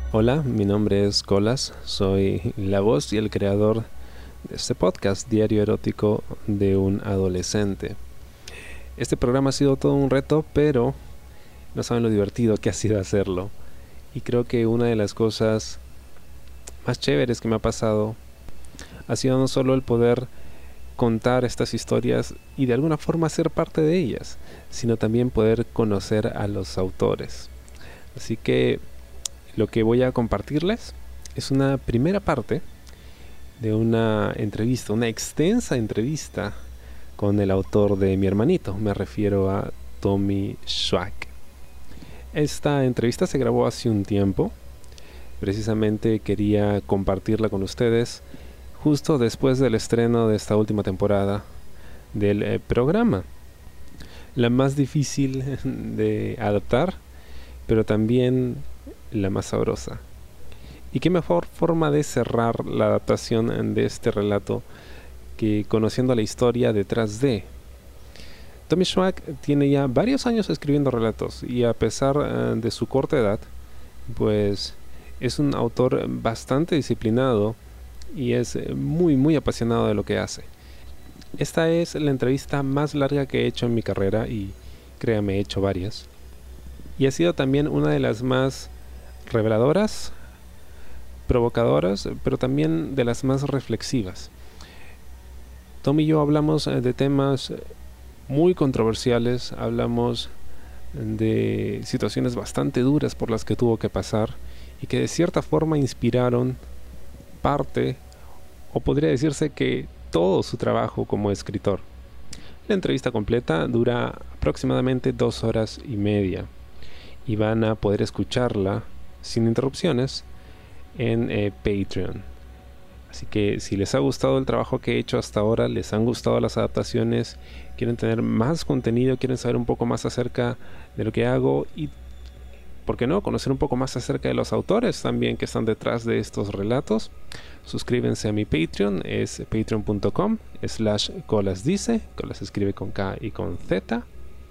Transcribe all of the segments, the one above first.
Hola, mi nombre es Colas, soy la voz y el creador de este podcast, Diario Erótico de un Adolescente. Este programa ha sido todo un reto, pero no saben lo divertido que ha sido hacerlo. Y creo que una de las cosas más chéveres que me ha pasado ha sido no solo el poder contar estas historias y de alguna forma ser parte de ellas, sino también poder conocer a los autores. Así que lo que voy a compartirles es una primera parte de una entrevista, una extensa entrevista con el autor de Mi Hermanito. Me refiero a Tommy Schwack. Esta entrevista se grabó hace un tiempo. Precisamente quería compartirla con ustedes justo después del estreno de esta última temporada del programa. La más difícil de adaptar, pero también la más sabrosa. Y qué mejor forma de cerrar la adaptación de este relato que conociendo la historia detrás de. Tommy Schwack tiene ya varios años escribiendo relatos y a pesar de su corta edad, pues es un autor bastante disciplinado y es muy apasionado de lo que hace. Esta es la entrevista más larga que he hecho en mi carrera y créame, he hecho varias. Y ha sido también una de las más reveladoras, provocadoras, pero también de las más reflexivas. Tom y yo hablamos de temas muy controversiales, hablamos de situaciones bastante duras por las que tuvo que pasar y que de cierta forma inspiraron parte, o podría decirse que todo su trabajo como escritor. La entrevista completa dura aproximadamente 2 horas y media y van a poder escucharla sin interrupciones en Patreon. Así que si les ha gustado el trabajo que he hecho hasta ahora, les han gustado las adaptaciones, quieren tener más contenido, quieren saber un poco más acerca de lo que hago y, ¿por qué no?, conocer un poco más acerca de los autores también que están detrás de estos relatos, suscríbanse a mi Patreon, es patreon.com/colasdice, Colas se escribe con K y con Z.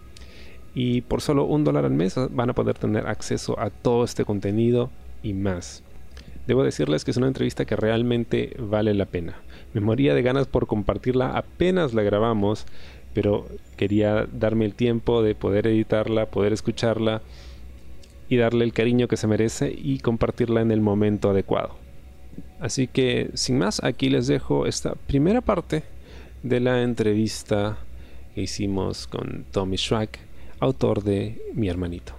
Y por solo $1 al mes van a poder tener acceso a todo este contenido y más. Debo decirles que es una entrevista que realmente vale la pena. Me moría de ganas por compartirla apenas la grabamos, pero quería darme el tiempo de poder editarla, poder escucharla y darle el cariño que se merece y compartirla en el momento adecuado. Así que, sin más, aquí les dejo esta primera parte de la entrevista que hicimos con Tommy Schwack, autor de Mi Hermanito.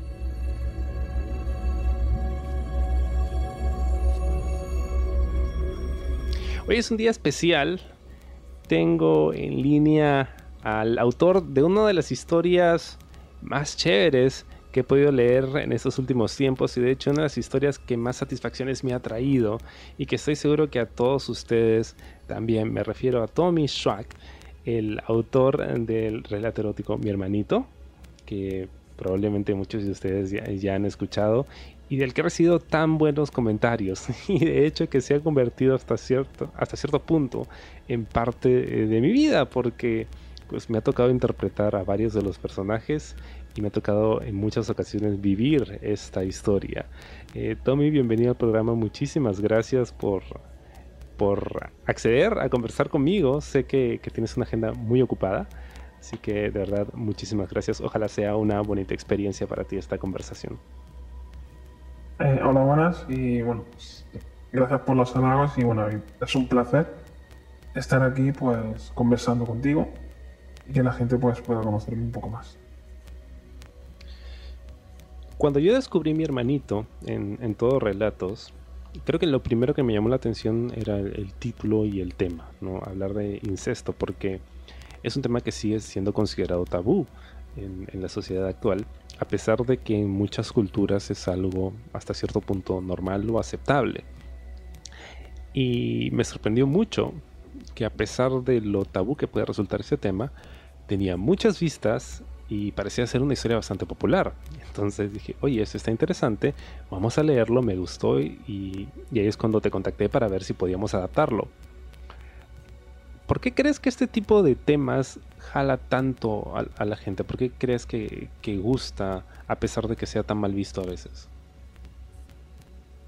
Hoy es un día especial. Tengo en línea al autor de una de las historias más chéveres que he podido leer en estos últimos tiempos y de hecho una de las historias que más satisfacciones me ha traído y que estoy seguro que a todos ustedes también. Me refiero a Tommy Schwack, el autor del relato erótico Mi Hermanito, que probablemente muchos de ustedes ya han escuchado y del que he recibido tan buenos comentarios y de hecho que se ha convertido hasta cierto punto en parte de mi vida, porque pues me ha tocado interpretar a varios de los personajes y me ha tocado en muchas ocasiones vivir esta historia. Tommy, bienvenido al programa, muchísimas gracias por acceder a conversar conmigo. Sé que tienes una agenda muy ocupada, así que de verdad muchísimas gracias. Ojalá sea una bonita experiencia para ti esta conversación. Hola, buenas y bueno, pues, gracias por los halagos y bueno, es un placer estar aquí pues conversando contigo y que la gente pues pueda conocerme un poco más. Cuando yo descubrí Mi Hermanito en Todos Relatos, creo que lo primero que me llamó la atención era el título y el tema, ¿no? Hablar de incesto, porque es un tema que sigue siendo considerado tabú en la sociedad actual, a pesar de que en muchas culturas es algo hasta cierto punto normal o aceptable. Y me sorprendió mucho que a pesar de lo tabú que puede resultar ese tema, tenía muchas vistas y parecía ser una historia bastante popular. Entonces dije, oye, esto está interesante, vamos a leerlo, me gustó y ahí es cuando te contacté para ver si podíamos adaptarlo. ¿Por qué crees que este tipo de temas jala tanto a la gente? ¿Por qué crees que gusta a pesar de que sea tan mal visto a veces?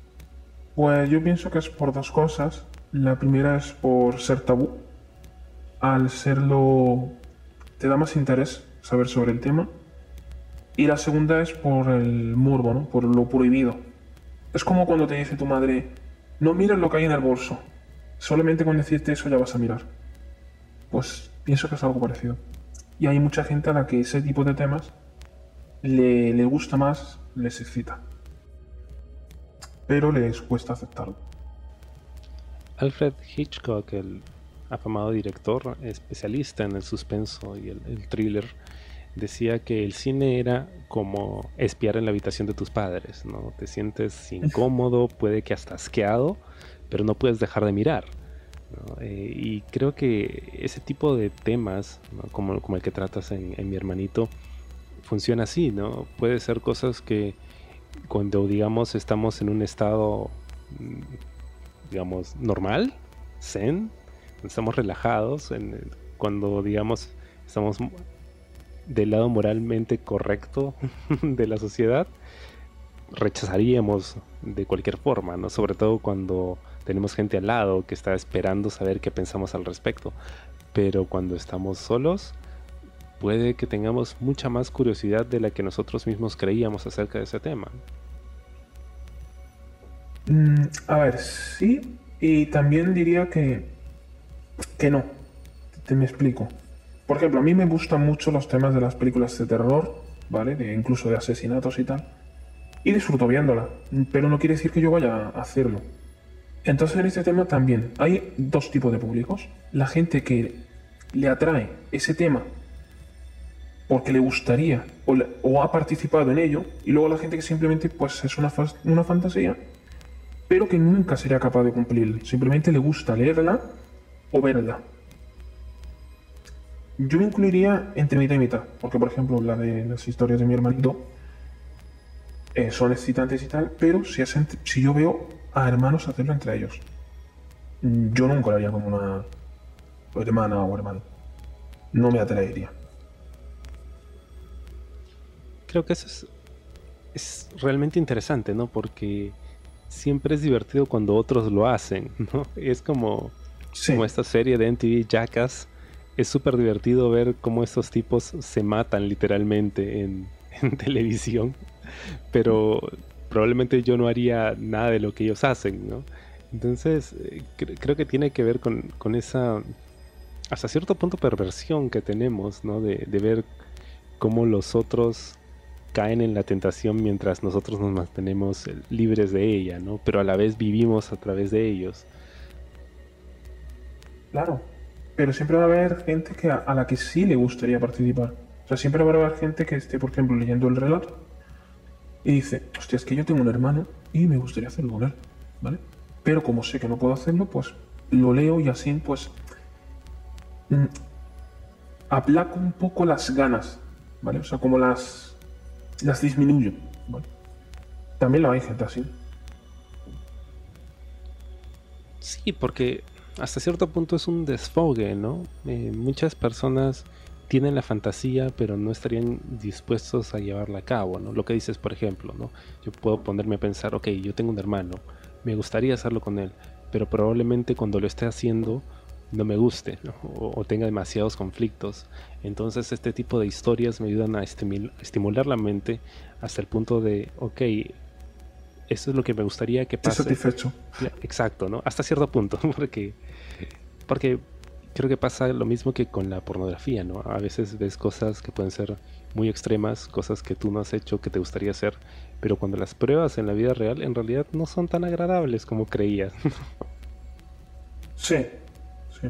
Pues yo pienso que es por dos cosas. La primera es por ser tabú. Al serlo, te da más interés saber sobre el tema. Y la segunda es por el morbo, ¿no? Por lo prohibido. Es como cuando te dice tu madre, no mires lo que hay en el bolso. Solamente con decirte eso ya vas a mirar. Pues pienso que es algo parecido. Y hay mucha gente a la que ese tipo de temas le gusta más, les excita. Pero les cuesta aceptarlo. Alfred Hitchcock, el afamado director especialista en el suspenso y el thriller, decía que el cine era como espiar en la habitación de tus padres, ¿no? Te sientes incómodo, puede que hasta asqueado, pero no puedes dejar de mirar, ¿no? Y creo que ese tipo de temas, ¿no? como el que tratas en Mi Hermanito, funciona así, ¿no? Puede ser cosas que cuando, digamos, estamos en un estado, mm, digamos, normal, zen, estamos relajados, cuando, digamos, estamos del lado moralmente correcto de la sociedad, rechazaríamos de cualquier forma, ¿no? Sobre todo cuando tenemos gente al lado que está esperando saber qué pensamos al respecto. Pero cuando estamos solos, puede que tengamos mucha más curiosidad de la que nosotros mismos creíamos acerca de ese tema. A ver, sí, y también diría que no. Me explico. Por ejemplo, a mí me gustan mucho los temas de las películas de terror, ¿vale? Incluso de asesinatos y tal. Y disfruto viéndola, pero no quiere decir que yo vaya a hacerlo. Entonces en este tema también hay dos tipos de públicos. La gente que le atrae ese tema porque le gustaría o ha participado en ello, y luego la gente que simplemente pues es una fantasía, pero que nunca sería capaz de cumplir. Simplemente le gusta leerla o verla. Yo me incluiría entre mitad y mitad, porque por ejemplo la de las historias de Mi Hermanito son excitantes y tal, pero si yo veo a hermanos hacerlo entre ellos, yo nunca lo haría con una hermana o hermano. No me atraería. Creo que eso es realmente interesante, ¿no? Porque siempre es divertido cuando otros lo hacen, ¿no? Es como Sí, esta serie de MTV Jackass. Es súper divertido ver cómo estos tipos se matan literalmente en televisión, pero probablemente yo no haría nada de lo que ellos hacen, ¿no? Entonces, creo que tiene que ver con esa, hasta cierto punto, perversión que tenemos, ¿no? De ver cómo los otros caen en la tentación mientras nosotros nos mantenemos libres de ella, ¿no? Pero a la vez vivimos a través de ellos. claro. Pero siempre va a haber gente a la que sí le gustaría participar. O sea, siempre va a haber gente que esté, por ejemplo, leyendo el relato y dice, hostia, es que yo tengo un hermano y me gustaría hacerlo con él, ¿vale? Pero como sé que no puedo hacerlo, pues lo leo y así, pues mm, aplaco un poco las ganas, ¿vale? O sea, como las disminuyo, ¿vale? También lo hay gente así. Sí, porque hasta cierto punto es un desfogue, ¿no? Muchas personas tienen la fantasía, pero no estarían dispuestos a llevarla a cabo, ¿no? Lo que dices, por ejemplo, ¿no? Yo puedo ponerme a pensar, ok, yo tengo un hermano, me gustaría hacerlo con él, pero probablemente cuando lo esté haciendo no me guste, ¿no? O tenga demasiados conflictos. Entonces este tipo de historias me ayudan a estimular la mente hasta el punto de, ok, eso es lo que me gustaría que Estoy pase. satisfecho. Exacto, ¿no? Hasta cierto punto, porque creo que pasa lo mismo que con la pornografía, ¿no? A veces ves cosas que pueden ser muy extremas, cosas que tú no has hecho, que te gustaría hacer, pero cuando las pruebas en la vida real, en realidad no son tan agradables como creías. Sí, sí.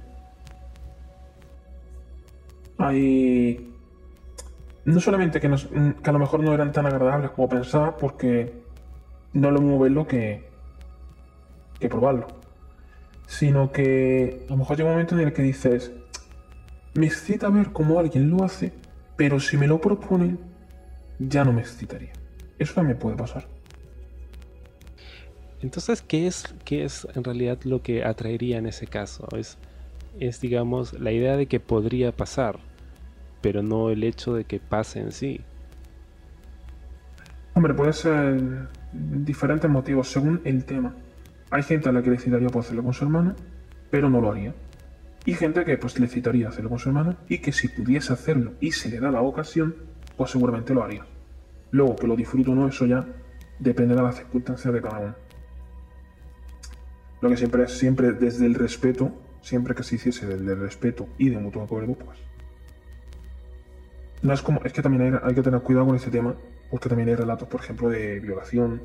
Hay... No solamente que a lo mejor no eran tan agradables como pensaba, porque no es lo mismo verlo que probarlo, sino que a lo mejor llega un momento en el que dices, me excita ver cómo alguien lo hace, pero si me lo proponen, ya no me excitaría. Eso también puede pasar. Entonces, ¿qué es en realidad lo que atraería en ese caso? Es, digamos, la idea de que podría pasar, pero no el hecho de que pase en sí. Hombre, puede ser diferentes motivos según el tema. Hay gente a la que le citaría por hacerlo con su hermano, pero no lo haría. Y gente que pues le citaría hacerlo con su hermano y que si pudiese hacerlo y se le da la ocasión, pues seguramente lo haría. Luego, que lo disfruto o no, eso ya depende de las circunstancias de cada uno. Lo que siempre es, siempre desde el respeto, siempre que se hiciese desde el respeto y de mutuo acuerdo, pues. No es como, es que también hay que tener cuidado con este tema, porque también hay relatos, por ejemplo, de violación,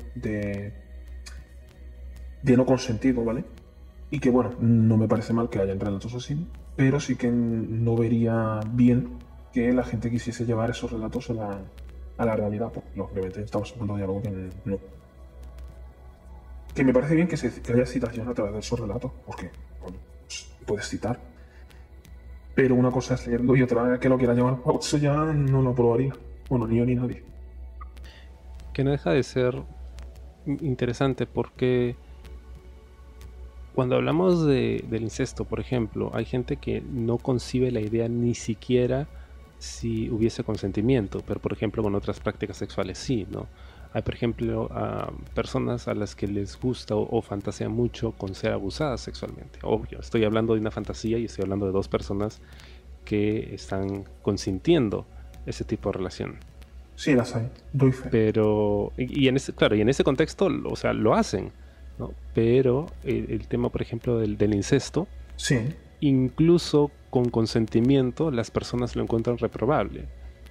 de no consentido, ¿vale? Y que bueno, no me parece mal que hayan relatos así, pero sí que no vería bien que la gente quisiese llevar esos relatos a la realidad, pues lógicamente estamos hablando de algo que no. Que me parece bien que haya citación a través de esos relatos, porque bueno, pues, puedes citar. Pero una cosa es leerlo y otra que lo quiera llevar, eso ya no lo aprobaría. Bueno, ni yo ni nadie. Que no deja de ser interesante porque cuando hablamos del incesto, por ejemplo, hay gente que no concibe la idea ni siquiera si hubiese consentimiento, pero por ejemplo con otras prácticas sexuales sí, ¿no? Hay, por ejemplo, a personas a las que les gusta o fantasean mucho con ser abusadas sexualmente. Obvio, estoy hablando de una fantasía y estoy hablando de dos personas que están consintiendo ese tipo de relación. Sí, las hay, doy fe. Pero, y en ese, claro, y en ese contexto, o sea, lo hacen, ¿no? Pero el tema, por ejemplo, del incesto, Sí, incluso con consentimiento, las personas lo encuentran reprobable.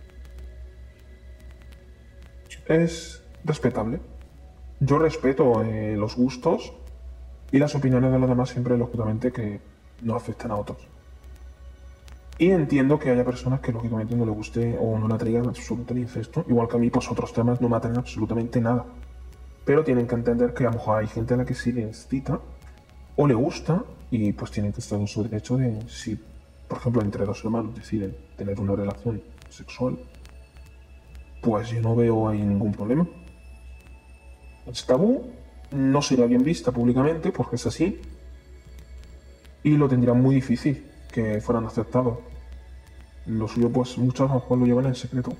es respetable. Yo respeto los gustos y las opiniones de los demás siempre, lógicamente, que no afectan a otros. Y entiendo que haya personas que lógicamente no le guste o no le atraigan en absoluto el incesto, igual que a mí, pues otros temas no me atraen absolutamente nada. Pero tienen que entender que a lo mejor hay gente a la que sí le excita o le gusta y pues tienen que estar en su derecho de si, por ejemplo, entre dos hermanos deciden tener una relación sexual, pues yo no veo ahí ningún problema. Es tabú, no sería bien vista públicamente porque es así y lo tendrían muy difícil que fueran aceptados. Lo suyo, pues muchos a lo mejor lo llevan en secreto.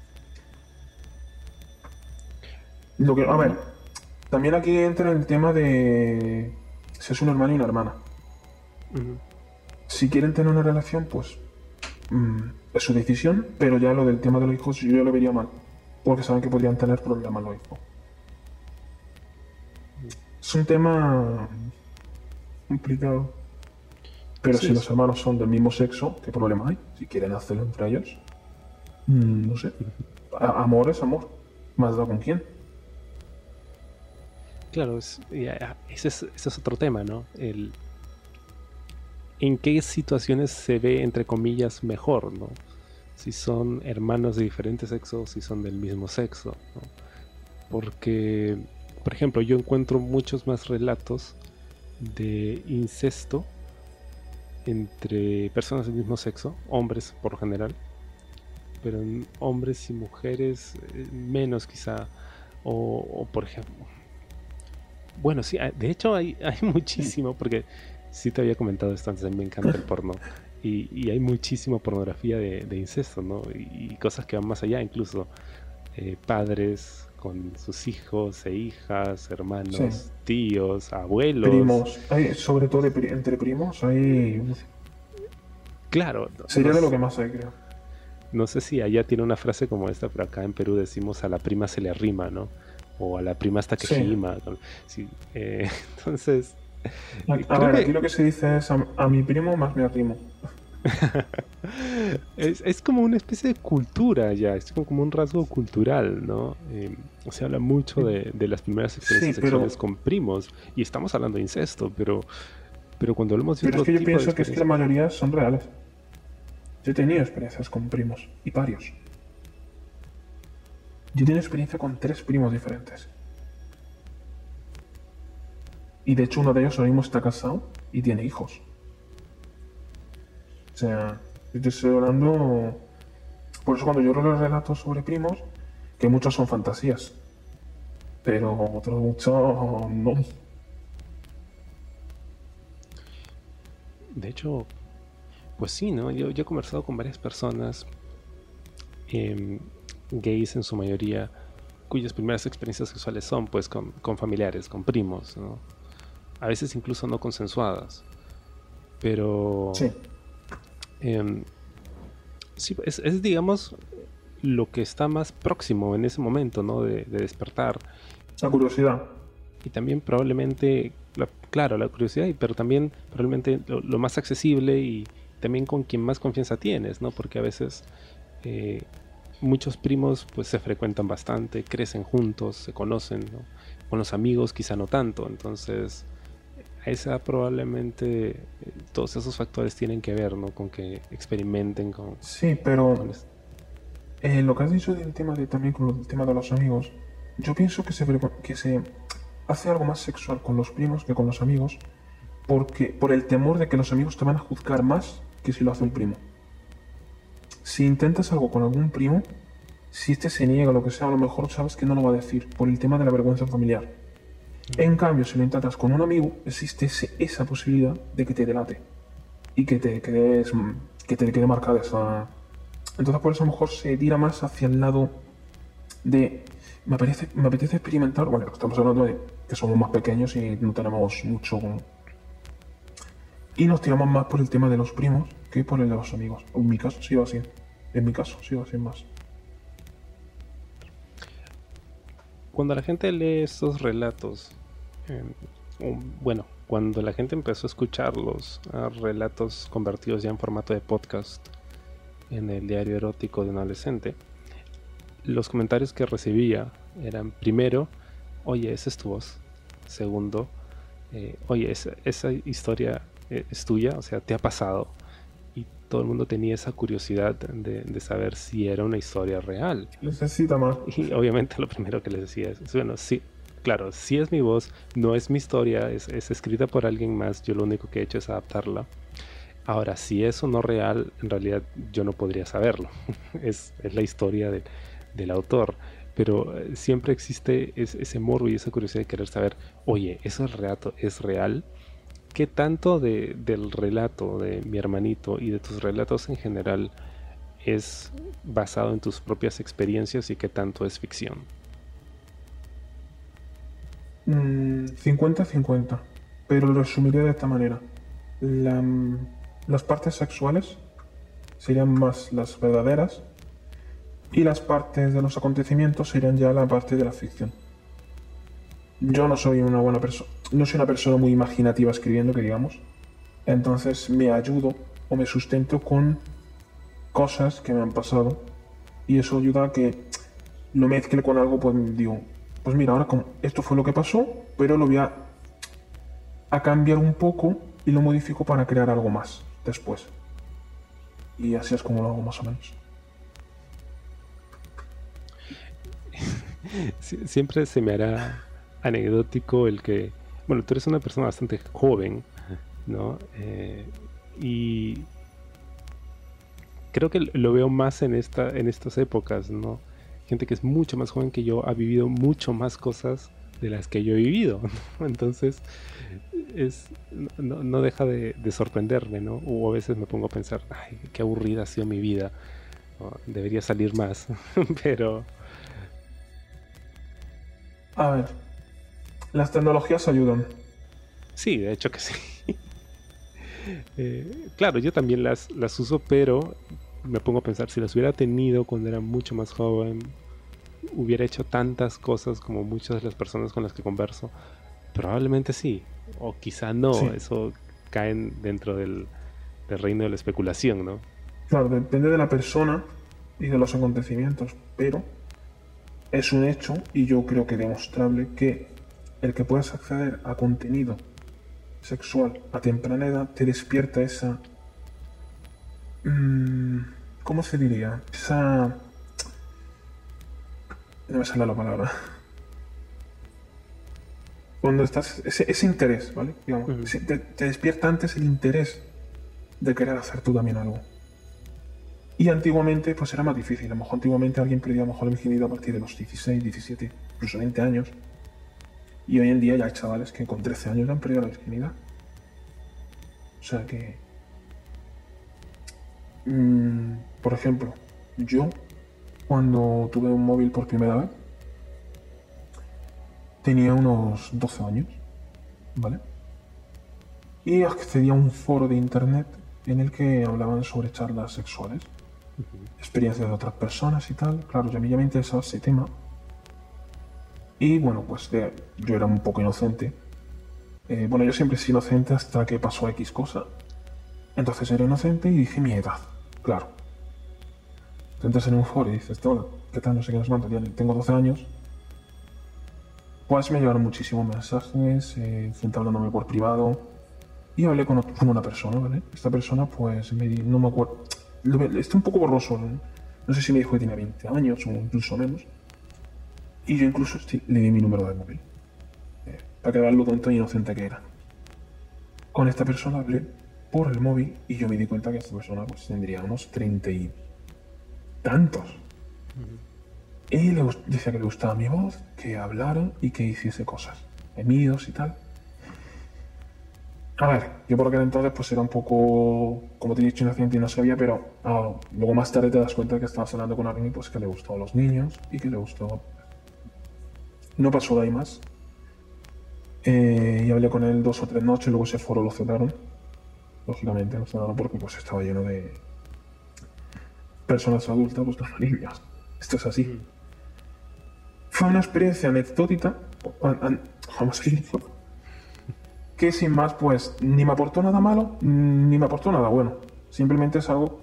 Lo que, a ver, también aquí entra el tema de si es un hermano y una hermana. Ujú. Si quieren tener una relación, pues es su decisión, pero ya lo del tema de los hijos yo lo vería mal, porque saben que podrían tener problemas los hijos. Es un tema complicado. Pero Sí, si los hermanos son del mismo sexo, ¿qué problema hay? Si quieren hacerlo entre ellos, no sé. Amor es amor. ¿Más da con quién? claro, ese es otro tema, ¿no? ¿En qué situaciones se ve, entre comillas, mejor, ¿no? Si son hermanos de diferentes sexos, si son del mismo sexo, ¿no? Porque, por ejemplo, yo encuentro muchos más relatos de incesto entre personas del mismo sexo, hombres por lo general, pero en hombres y mujeres menos quizá, o por ejemplo, bueno, sí, de hecho hay muchísimo, porque sí te había comentado esto antes, a mí me encanta el porno, y hay muchísima pornografía de incesto, ¿no? Y cosas que van más allá, incluso padres con sus hijos e hijas, Sí. hermanos, tíos, abuelos. Primos. Hay, sobre todo entre primos, hay... Claro, Sería de lo que más hay, creo. no sé si allá tiene una frase como esta, pero acá en Perú decimos a la prima se le arrima, ¿no? O a la prima hasta que Sí. gima, ¿no? Sí, entonces, A creo ver, aquí que lo que se dice es a mi primo más me arrimo. es como una especie de cultura ya, es como un rasgo cultural, ¿no? Se habla mucho de las primeras Sí, experiencias sexuales con primos, y estamos hablando de incesto, pero cuando hablamos de pero es otro que yo tipo de pienso que es que la experiencias, mayoría son reales. Yo he tenido experiencias con primos y varios. Yo he tenido experiencia con 3 primos diferentes. Y de hecho uno de ellos ahora mismo está casado y tiene hijos. O sea, yo te estoy hablando... Por eso cuando yo leo los relatos sobre primos, que muchos son fantasías. Pero otros muchos no. de hecho, pues sí, ¿no? Yo he conversado con varias personas, em, gays en su mayoría, cuyas primeras experiencias sexuales son pues con familiares, con primos, ¿no? a veces incluso no consensuadas. Pero Sí, sí, es, digamos, lo que está más próximo en ese momento, ¿no? De despertar. la curiosidad. Y también probablemente, claro, la curiosidad, pero también probablemente lo más accesible y también con quien más confianza tienes, ¿no? Porque a veces eh, muchos primos pues se frecuentan bastante, crecen juntos, se conocen, ¿no? Con los amigos quizá no tanto, entonces a esa probablemente todos esos factores tienen que ver, ¿no? Con que experimenten Sí, pero con esto. lo que has dicho del tema de también con el tema de los amigos, yo pienso que se hace algo más sexual con los primos que con los amigos, porque por el temor de que los amigos te van a juzgar más que si lo hace un primo. Si intentas algo con algún primo, si este se niega o lo que sea, a lo mejor sabes que no lo va a decir por el tema de la vergüenza familiar. En cambio, si lo intentas con un amigo, existe esa posibilidad de que te delate y que te quede marcada esa. Entonces, por eso a lo mejor se tira más hacia el lado de me apetece experimentar. Bueno, estamos hablando de que somos más pequeños y no tenemos mucho. Y nos tiramos más por el tema de los primos que por el de los amigos. En mi caso, sí va así. En mi caso, sí va así más. Cuando la gente lee estos relatos, eh, bueno, cuando la gente empezó a escuchar los relatos convertidos ya en formato de podcast en el diario erótico de un adolescente, los comentarios que recibía eran, primero, oye, esa es tu voz. Segundo, oye, esa historia es tuya, o sea, te ha pasado. Y todo el mundo tenía esa curiosidad de saber si era una historia real. Necesita más. Y obviamente lo primero que les decía es, bueno, sí, claro, sí es mi voz, no es mi historia, es escrita por alguien más, yo lo único que he hecho es adaptarla. Ahora, si es o no real, en realidad yo no podría saberlo. Es la historia del autor. Pero siempre existe ese morbo y esa curiosidad de querer saber, oye, ¿eso relato es real? ¿Qué tanto del relato de mi hermanito y de tus relatos en general es basado en tus propias experiencias y qué tanto es ficción? 50-50. Pero lo resumiría de esta manera. Las partes sexuales serían más las verdaderas y las partes de los acontecimientos serían ya la parte de la ficción. Yo no soy una buena persona, no soy una persona muy imaginativa escribiendo, que digamos. Entonces me ayudo o me sustento con cosas que me han pasado y eso ayuda a que lo mezcle con algo, pues digo, pues mira, ahora como esto fue lo que pasó, pero lo voy a cambiar un poco y lo modifico para crear algo más después. Y así es como lo hago más o menos. Siempre se me hará anecdótico el que, bueno, tú eres una persona bastante joven, ¿no? Y creo que lo veo más en estas épocas, ¿no? Gente que es mucho más joven que yo ha vivido mucho más cosas de las que yo he vivido, ¿no? Entonces no deja de sorprenderme, ¿no? O a veces me pongo a pensar, ay, qué aburrida ha sido mi vida, ¿no? Debería salir más, pero A ver, las tecnologías ayudan. sí, de hecho que sí. Claro, yo también las uso, pero me pongo a pensar, si las hubiera tenido cuando era mucho más joven, hubiera hecho tantas cosas como muchas de las personas con las que converso. Probablemente sí, o quizá no, Sí, eso cae dentro del reino de la especulación, ¿no? claro, depende de la persona y de los acontecimientos, pero es un hecho y yo creo que demostrable que el que puedas acceder a contenido sexual a temprana edad te despierta esa. mm, ¿Cómo se diría? Esa. No me sale la palabra. Cuando estás. Ese interés, ¿vale? Digamos, Ujú. te despierta antes el interés de querer hacer tú también algo. Y antiguamente, pues era más difícil. A lo mejor antiguamente alguien perdía a lo mejor la virginidad a partir de los 16, 17, incluso 20 años. Y hoy en día ya hay chavales que con 13 años ya han perdido la virginidad. O sea que. Por ejemplo, yo cuando tuve un móvil por primera vez tenía unos 12 años, ¿vale? y accedí a un foro de internet en el que hablaban sobre charlas sexuales, experiencias de otras personas y tal. Claro, a mí ya me interesaba ese tema. Y bueno, pues yo era un poco inocente. Bueno, yo siempre he sido inocente hasta que pasó X cosa. Entonces era inocente y dije mi edad, claro. Te entras en un foro y dices, hola, ¿qué tal? No sé qué nos manda, tengo 12 años. Pues me llegaron muchísimos mensajes, gente hablándome por privado. Y hablé con una persona, ¿vale? Esta persona, pues, no me acuerdo. Está un poco borroso, ¿no? No sé si me dijo que tenía 20 años o incluso menos. Y yo incluso le di mi número de móvil. Para que vean lo tonto e inocente que era. Con esta persona hablé por el móvil y yo me di cuenta que esta persona pues tendría unos 30 y tantos. Y decía que le gustaba mi voz, que hablara y que hiciese cosas, gemidos y tal. A ver, yo por aquel entonces pues era un poco, como te he dicho, inocente y no sabía, pero luego más tarde te das cuenta que estabas hablando con alguien pues que le gustó a los niños y que le gustó. No pasó de ahí más. Y hablé con él 2 o 3 noches, luego ese foro lo cerraron. Lógicamente lo cerraron porque pues estaba lleno de personas adultas buscando niños. Esto es así. Fue una experiencia anecdótica, vamos a decirlo, que sin más pues ni me aportó nada malo ni me aportó nada bueno. Simplemente es algo...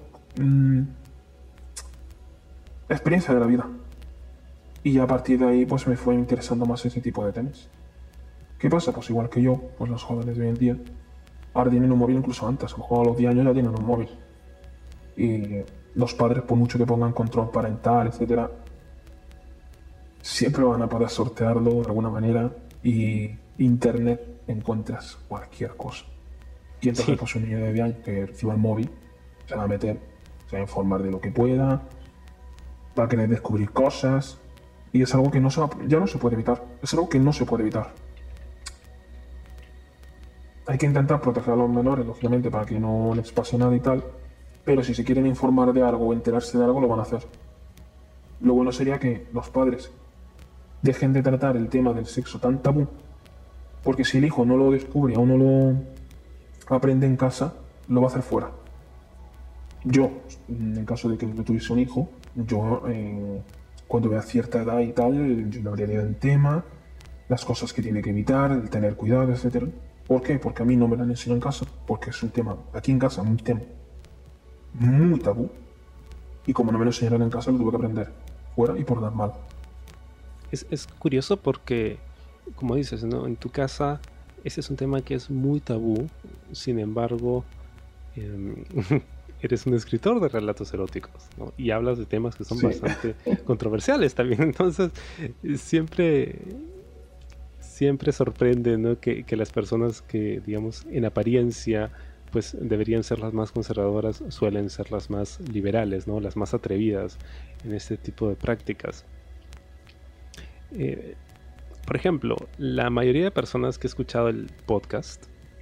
experiencia de la vida. Y ya a partir de ahí pues me fue interesando más ese tipo de temas. ¿Qué pasa? Pues igual que yo, pues los jóvenes de hoy en día ahora tienen un móvil incluso antes, a lo mejor a los 10 años ya tienen un móvil. Y los padres, por mucho que pongan control parental, etcétera, siempre van a poder sortearlo de alguna manera y internet encuentras cualquier cosa. Y entonces pues un niño de 10 años que reciba el móvil se va a meter, se va a informar de lo que pueda, va a querer descubrir cosas y es algo que ya no se puede evitar, es algo que no se puede evitar. Hay que intentar proteger a los menores, lógicamente, para que no les pase nada y tal, pero si se quieren informar de algo o enterarse de algo, lo van a hacer. Lo bueno sería que los padres dejen de tratar el tema del sexo tan tabú, porque si el hijo no lo descubre o no lo aprende en casa, lo va a hacer fuera. Yo, en el caso de que yo tuviese un hijo, yo cuando vea cierta edad y tal, yo le hablaría del tema, las cosas que tiene que evitar, el tener cuidado, etc. ¿Por qué? Porque a mí no me lo han enseñado en casa, porque es un tema, aquí en casa, un tema muy tabú, y como no me lo enseñaron en casa, lo tuve que aprender fuera y por normal. Es curioso porque, como dices, ¿no? En tu casa ese es un tema que es muy tabú, sin embargo, eres un escritor de relatos eróticos, ¿no? Y hablas de temas que son bastante controversiales también, entonces siempre sorprende, ¿no? que las personas que, digamos, en apariencia pues deberían ser las más conservadoras suelen ser las más liberales, ¿no? Las más atrevidas en este tipo de prácticas. Por ejemplo, la mayoría de personas que he escuchado el podcast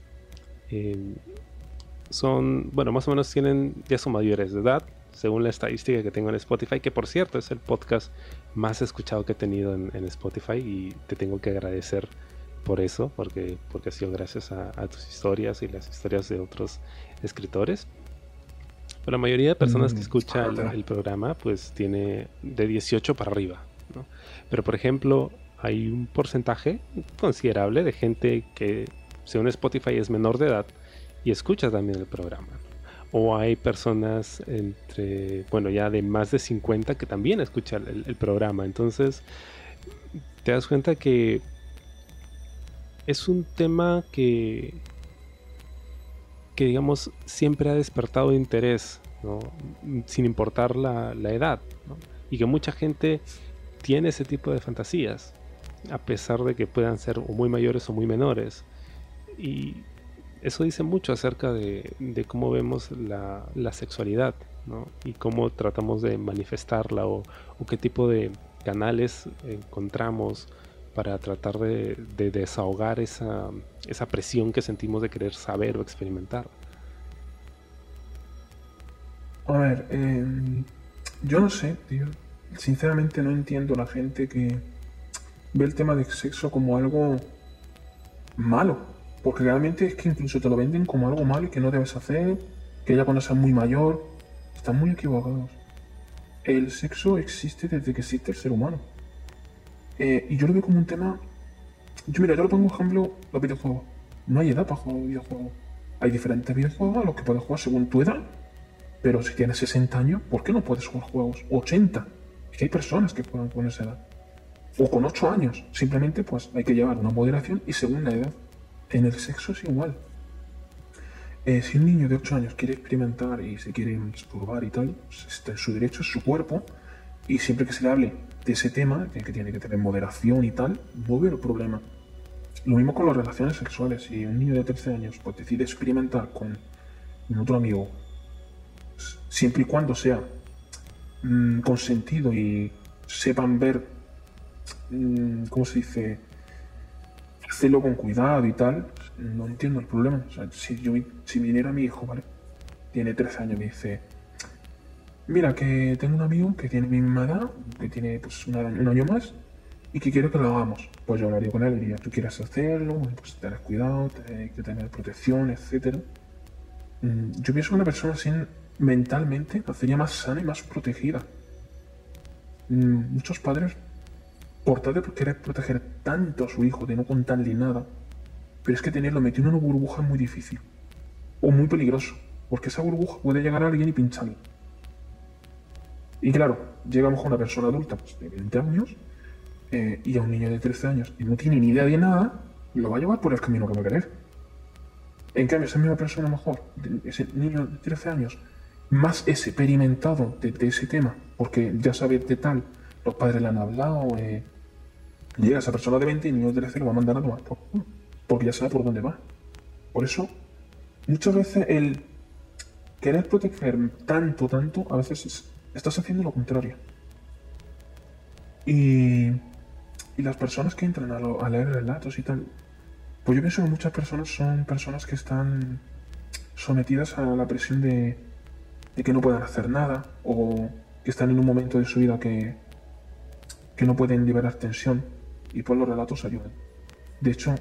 son, bueno, más o menos ya son mayores de edad, según la estadística que tengo en Spotify, que por cierto es el podcast más escuchado que he tenido en Spotify y te tengo que agradecer por eso, porque ha sido gracias a tus historias y las historias de otros escritores. Pero la mayoría de personas que escucha el programa pues tiene de 18 para arriba, ¿no? Pero por ejemplo hay un porcentaje considerable de gente que según Spotify es menor de edad y escucha también el programa. O hay personas ya de más de 50 que también escuchan el programa. Entonces te das cuenta que es un tema que digamos siempre ha despertado interés, ¿no? Sin importar la edad, ¿no? Y que mucha gente tiene ese tipo de fantasías, a pesar de que puedan ser o muy mayores o muy menores. Y eso dice mucho acerca de cómo vemos la sexualidad, ¿no? Y cómo tratamos de manifestarla o qué tipo de canales encontramos para tratar de desahogar esa presión que sentimos de querer saber o experimentar. A ver, yo no sé, tío. Sinceramente no entiendo la gente que ve el tema del sexo como algo malo. Porque realmente es que incluso te lo venden como algo malo y que no debes hacer, que ya cuando seas muy mayor. Están muy equivocados. El sexo existe desde que existe el ser humano. Y yo lo veo como un tema. Yo lo pongo ejemplo los videojuegos. No hay edad para jugar videojuegos. Hay diferentes videojuegos a los que puedes jugar según tu edad. Pero si tienes 60 años, ¿por qué no puedes jugar juegos? 80. Es que hay personas que juegan con esa edad. O con 8 años. Simplemente pues hay que llevar una moderación y según la edad. En el sexo es igual. Si un niño de 8 años quiere experimentar y se quiere masturbar y tal, pues está en su derecho, es su cuerpo, y siempre que se le hable de ese tema, de que tiene que tener moderación y tal, no veo el problema. Lo mismo con las relaciones sexuales. Si un niño de 13 años pues, decide experimentar con otro amigo, pues, siempre y cuando sea consentido y sepan ver, ¿cómo se dice? Hacerlo con cuidado y tal, no entiendo el problema. O sea, si viniera mi hijo, ¿vale? Tiene 13 años, me dice, mira, que tengo un amigo que tiene mi misma edad, que tiene pues un año más, y que quiere que lo hagamos. Pues yo hablaría con él y diría, tú quieres hacerlo, pues tenés cuidado, tenés que tener protección, etc. Yo pienso que una persona así mentalmente sería más sana y más protegida. Muchos padres, por tal de querer proteger tanto a su hijo, de no contarle nada, pero es que tenerlo metido en una burbuja es muy difícil. O muy peligroso, porque esa burbuja puede llegar a alguien y pincharle. Y claro, llegamos a una persona adulta pues, de 20 años y a un niño de 13 años y no tiene ni idea de nada, lo va a llevar por el camino que va a querer. En cambio, esa misma persona mejor, ese niño de 13 años, más experimentado de ese tema, porque ya sabe de tal, los padres le han hablado, llega esa persona de 20 y el niño de 13 lo va a mandar a tomar por culo, porque ya sabe por dónde va. Por eso, muchas veces el querer proteger tanto, a veces estás haciendo lo contrario. Y las personas que entran a leer relatos y tal, pues yo pienso que muchas personas son personas que están sometidas a la presión de que no puedan hacer nada o que están en un momento de su vida que no pueden liberar tensión y pues los relatos ayudan. De hecho,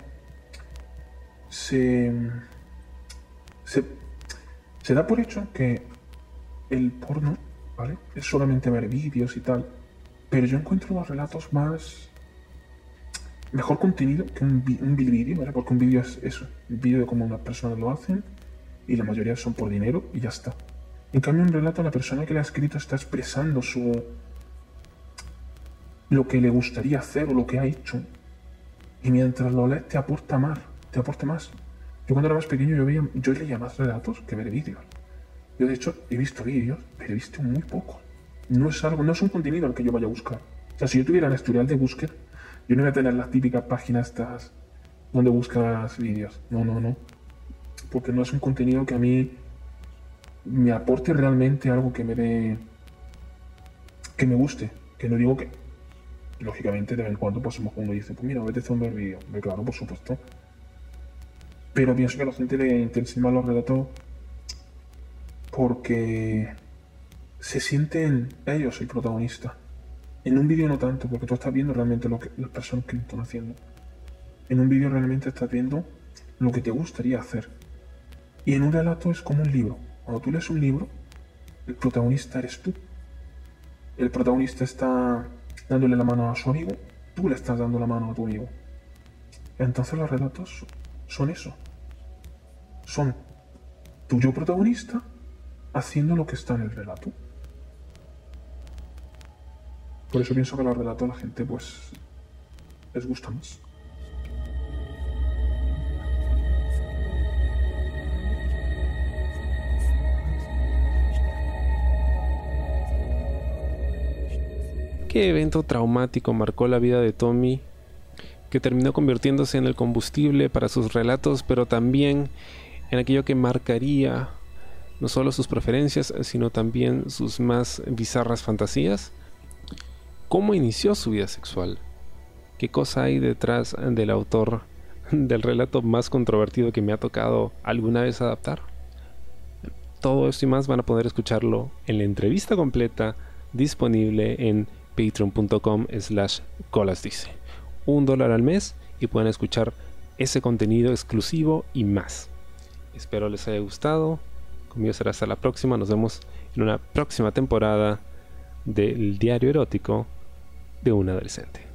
se da por hecho que el porno, ¿vale? Es solamente ver vídeos y tal, pero yo encuentro los relatos mejor contenido que un vídeo, ¿vale? Porque un vídeo es eso, un vídeo de cómo unas personas lo hacen y la mayoría son por dinero y ya está. En cambio, un relato, la persona que lo ha escrito está expresando lo que le gustaría hacer o lo que ha hecho. Y mientras lo lees te aporta más. Yo cuando era más pequeño yo leía más relatos que ver vídeos. Yo de hecho he visto vídeos, pero he visto muy poco. No es un contenido al que yo vaya a buscar. O sea, si yo tuviera el historial de búsqueda, yo no iba a tener las típicas páginas estas donde buscas vídeos. No. Porque no es un contenido que a mí me aporte realmente algo que me guste. Que no digo que, lógicamente, de vez en cuando pasemos cuando dice, pues mira, vete a ver vídeo. Claro, por supuesto. Pero pienso que a la gente le interesan más los relatos porque se sienten ellos el protagonista. En un vídeo no tanto, porque tú estás viendo realmente las personas que lo están haciendo. En un vídeo realmente estás viendo lo que te gustaría hacer. Y en un relato es como un libro. Cuando tú lees un libro, el protagonista eres tú. El protagonista está dándole la mano a su amigo, tú le estás dando la mano a tu amigo. Entonces los relatos son eso. Son tu yo protagonista haciendo lo que está en el relato. Por eso pienso que los relatos a la gente pues les gusta más. ¿Qué evento traumático marcó la vida de Tommy que terminó convirtiéndose en el combustible para sus relatos, pero también en aquello que marcaría no solo sus preferencias, sino también sus más bizarras fantasías? ¿Cómo inició su vida sexual? ¿Qué cosa hay detrás del autor del relato más controvertido que me ha tocado alguna vez adaptar? Todo esto y más van a poder escucharlo en la entrevista completa disponible en patreon.com/colasdice. $1 al mes y pueden escuchar ese contenido exclusivo y más. Espero les haya gustado. Conmigo será hasta la próxima. Nos vemos en una próxima temporada del diario erótico de un adolescente.